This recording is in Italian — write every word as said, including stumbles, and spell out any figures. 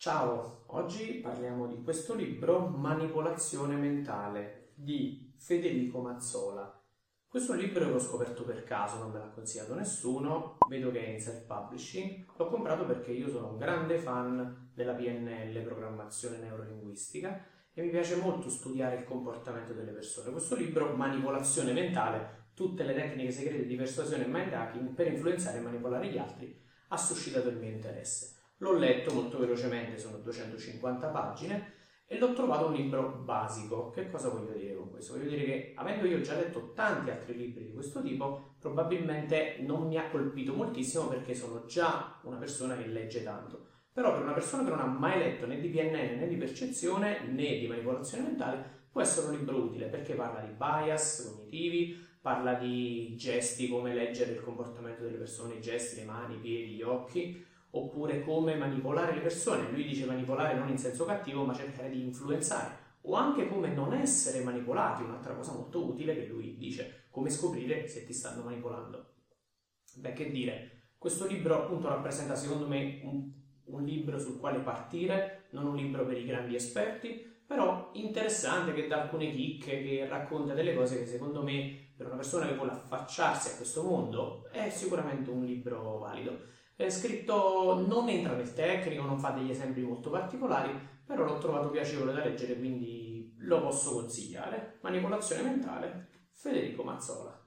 Ciao, oggi parliamo di questo libro Manipolazione mentale di Federico Mazzola. Questo libro l'ho scoperto per caso, non me l'ha consigliato nessuno, vedo che è in self-publishing. L'ho comprato perché io sono un grande fan della P N L, programmazione neurolinguistica, e mi piace molto studiare il comportamento delle persone. Questo libro, Manipolazione mentale, tutte le tecniche segrete di persuasione e mind hacking per influenzare e manipolare gli altri, ha suscitato il mio interesse. L'ho letto molto velocemente, sono duecentocinquanta pagine, e l'ho trovato un libro basico. Che cosa voglio dire con questo? Voglio dire che, avendo io già letto tanti altri libri di questo tipo, probabilmente non mi ha colpito moltissimo perché sono già una persona che legge tanto. Però per una persona che non ha mai letto né di P N L né di percezione né di manipolazione mentale, può essere un libro utile perché parla di bias cognitivi, parla di gesti, come leggere il comportamento delle persone, i gesti, le mani, i piedi, gli occhi, oppure come manipolare le persone. Lui dice manipolare non in senso cattivo, ma cercare di influenzare, o anche come non essere manipolati, un'altra cosa molto utile che lui dice, come scoprire se ti stanno manipolando. Beh, che dire, questo libro appunto rappresenta secondo me un, un libro sul quale partire, non un libro per i grandi esperti, però interessante, che dà alcune chicche, che racconta delle cose che secondo me per una persona che vuole affacciarsi a questo mondo è sicuramente un libro valido. È scritto, non entra nel tecnico, non fa degli esempi molto particolari, però l'ho trovato piacevole da leggere, quindi lo posso consigliare. Manipolazione mentale, Federico Mazzola.